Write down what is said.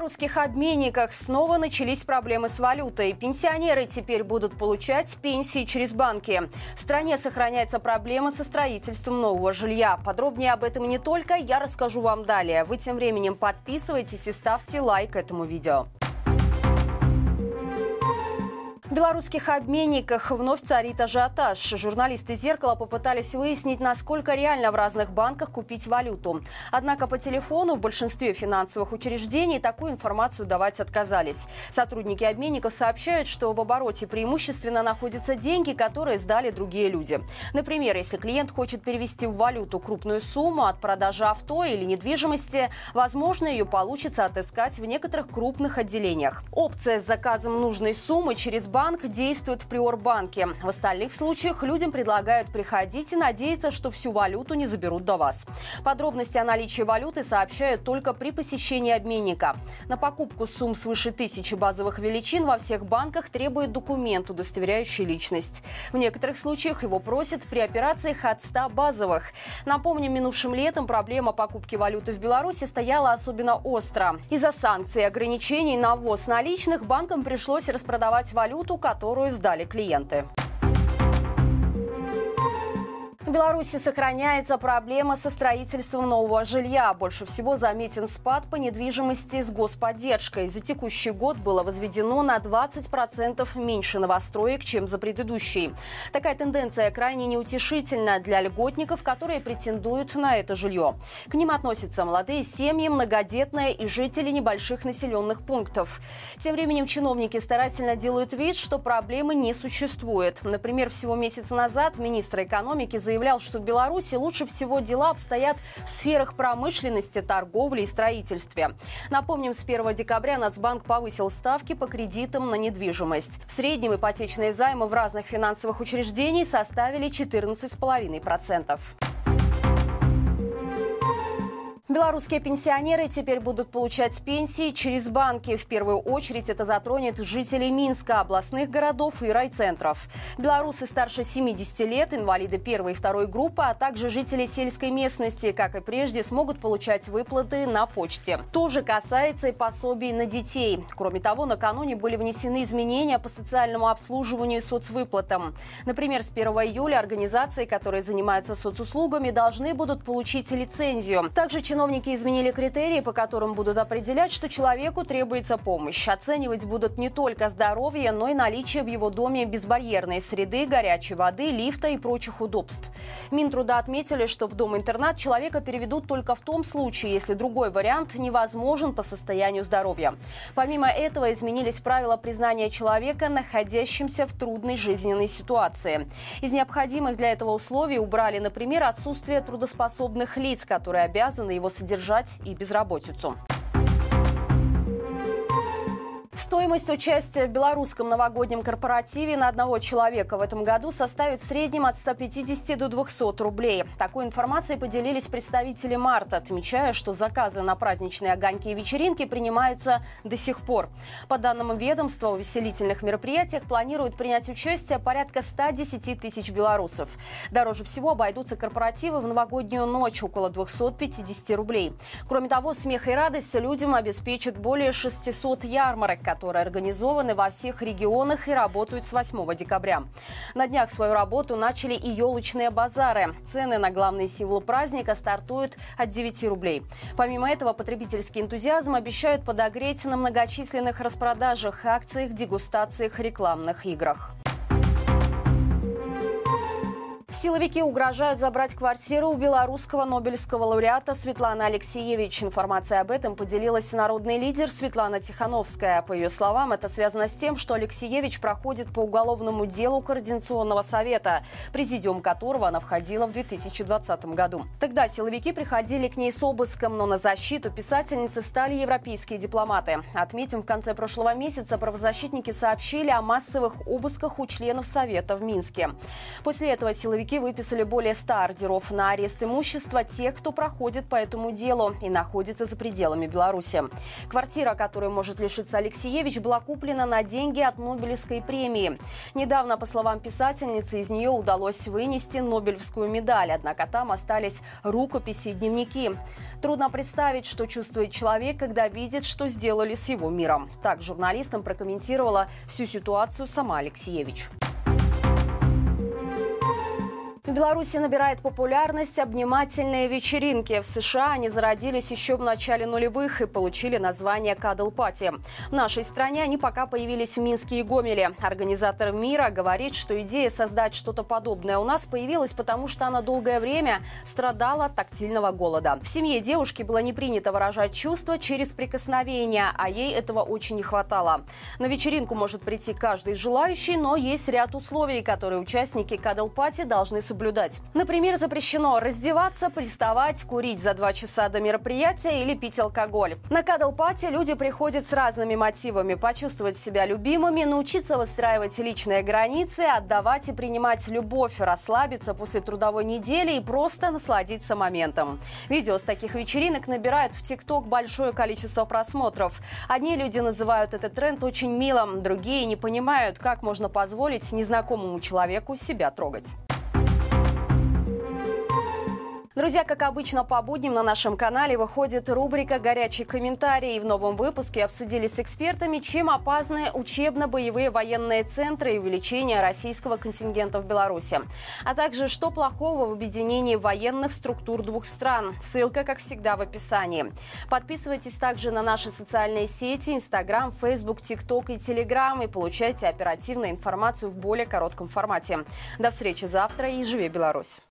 белорусских обменниках снова начались проблемы с валютой. Пенсионеры теперь будут получать пенсии через банки. В стране сохраняется проблема со строительством нового жилья. Подробнее об этом и не только я расскажу вам далее. Вы тем временем подписывайтесь и ставьте лайк этому видео. В белорусских обменниках вновь царит ажиотаж. Журналисты «Зеркала» попытались выяснить, насколько реально в разных банках купить валюту. Однако по телефону в большинстве финансовых учреждений такую информацию давать отказались. Сотрудники обменников сообщают, что в обороте преимущественно находятся деньги, которые сдали другие люди. Например, если клиент хочет перевести в валюту крупную сумму от продажи авто или недвижимости, возможно, ее получится отыскать в некоторых крупных отделениях. Опция с заказом нужной суммы через банк действует в Приорбанке. В остальных случаях людям предлагают приходить и надеяться, что всю валюту не заберут до вас. Подробности о наличии валюты сообщают только при посещении обменника. На покупку сумм свыше 1000 базовых величин во всех банках требует документ, удостоверяющий личность. В некоторых случаях его просят при операциях от 100 базовых. Напомним, минувшим летом проблема покупки валюты в Беларуси стояла особенно остро. Из-за санкций и ограничений на ввоз наличных банкам пришлось распродавать валюту, которую сдали клиенты. В Беларуси сохраняется проблема со строительством нового жилья. Больше всего заметен спад по недвижимости с господдержкой. За текущий год было возведено на 20% меньше новостроек, чем за предыдущий. Такая тенденция крайне неутешительна для льготников, которые претендуют на это жилье. К ним относятся молодые семьи, многодетные и жители небольших населенных пунктов. Тем временем чиновники старательно делают вид, что проблемы не существует. Например, всего месяц назад министр экономики заявлял, что в Беларуси лучше всего дела обстоят в сферах промышленности, торговли и строительстве. Напомним, с 1 декабря Нацбанк повысил ставки по кредитам на недвижимость. В среднем ипотечные займы в разных финансовых учреждениях составили 14,5%. Белорусские пенсионеры теперь будут получать пенсии через банки. В первую очередь это затронет жителей Минска, областных городов и райцентров. Белорусы старше 70 лет, инвалиды первой и второй группы, а также жители сельской местности, как и прежде, смогут получать выплаты на почте. То же касается и пособий на детей. Кроме того, накануне были внесены изменения по социальному обслуживанию и соцвыплатам. Например, с 1 июля организации, которые занимаются соцуслугами, должны будут получить лицензию. Также чиновники изменили критерии, по которым будут определять, что человеку требуется помощь. Оценивать будут не только здоровье, но и наличие в его доме безбарьерной среды, горячей воды, лифта и прочих удобств. Минтруда отметили, что в дом-интернат человека переведут только в том случае, если другой вариант невозможен по состоянию здоровья. Помимо этого изменились правила признания человека, находящимся в трудной жизненной ситуации. Из необходимых для этого условий убрали, например, отсутствие трудоспособных лиц, которые обязаны его содержать, и безработицу. Стоимость участия в белорусском новогоднем корпоративе на одного человека в этом году составит в среднем от 150 до 200 рублей. Такой информацией поделились представители «Марта», отмечая, что заказы на праздничные огоньки и вечеринки принимаются до сих пор. По данным ведомства, в увеселительных мероприятиях планируют принять участие порядка 110 тысяч белорусов. Дороже всего обойдутся корпоративы в новогоднюю ночь, около 250 рублей. Кроме того, смех и радость людям обеспечат более 600 ярмарок, которые организованы во всех регионах и работают с 8 декабря. На днях свою работу начали и елочные базары. Цены на главные символы праздника стартуют от 9 рублей. Помимо этого, потребительский энтузиазм обещают подогреть на многочисленных распродажах, акциях, дегустациях, рекламных играх. Силовики угрожают забрать квартиру у белорусского нобелевского лауреата Светланы Алексиевич. Информацией об этом поделилась народный лидер Светлана Тихановская. По ее словам, это связано с тем, что Алексиевич проходит по уголовному делу Координационного совета, президиум которого она входила в 2020 году. Тогда силовики приходили к ней с обыском, но на защиту писательницы встали европейские дипломаты. Отметим, в конце прошлого месяца правозащитники сообщили о массовых обысках у членов совета в Минске. После этого силовики силовики выписали более 100 ордеров на арест имущества тех, кто проходит по этому делу и находится за пределами Беларуси. Квартира, которую может лишиться Алексеевич, была куплена на деньги от Нобелевской премии. Недавно, по словам писательницы, из нее удалось вынести Нобелевскую медаль, однако там остались рукописи и дневники. Трудно представить, что чувствует человек, когда видит, что сделали с его миром. Так журналистам прокомментировала всю ситуацию сама Алексеевич. В Беларуси набирает популярность обнимательные вечеринки. В США они зародились еще в начале нулевых и получили название «кадл-пати». В нашей стране они пока появились в Минске и Гомеле. Организатор мира говорит, что идея создать что-то подобное у нас появилась, потому что она долгое время страдала от тактильного голода. В семье девушки было не принято выражать чувства через прикосновение, а ей этого очень не хватало. На вечеринку может прийти каждый желающий, но есть ряд условий, которые участники кадл-пати должны соблюдать. Например, запрещено раздеваться, приставать, курить за 2 часа до мероприятия или пить алкоголь. На кадл-пати люди приходят с разными мотивами: почувствовать себя любимыми, научиться выстраивать личные границы, отдавать и принимать любовь, расслабиться после трудовой недели и просто насладиться моментом. Видео с таких вечеринок набирают в ТикТок большое количество просмотров. Одни люди называют этот тренд очень милым, другие не понимают, как можно позволить незнакомому человеку себя трогать. Друзья, как обычно, по будням на нашем канале выходит рубрика «Горячий комментарий». В новом выпуске обсудили с экспертами, чем опасны учебно-боевые военные центры и увеличение российского контингента в Беларуси. А также, что плохого в объединении военных структур двух стран. Ссылка, как всегда, в описании. Подписывайтесь также на наши социальные сети: Инстаграм, Фейсбук, ТикТок и Телеграм, и получайте оперативную информацию в более коротком формате. До встречи завтра и живи Беларусь!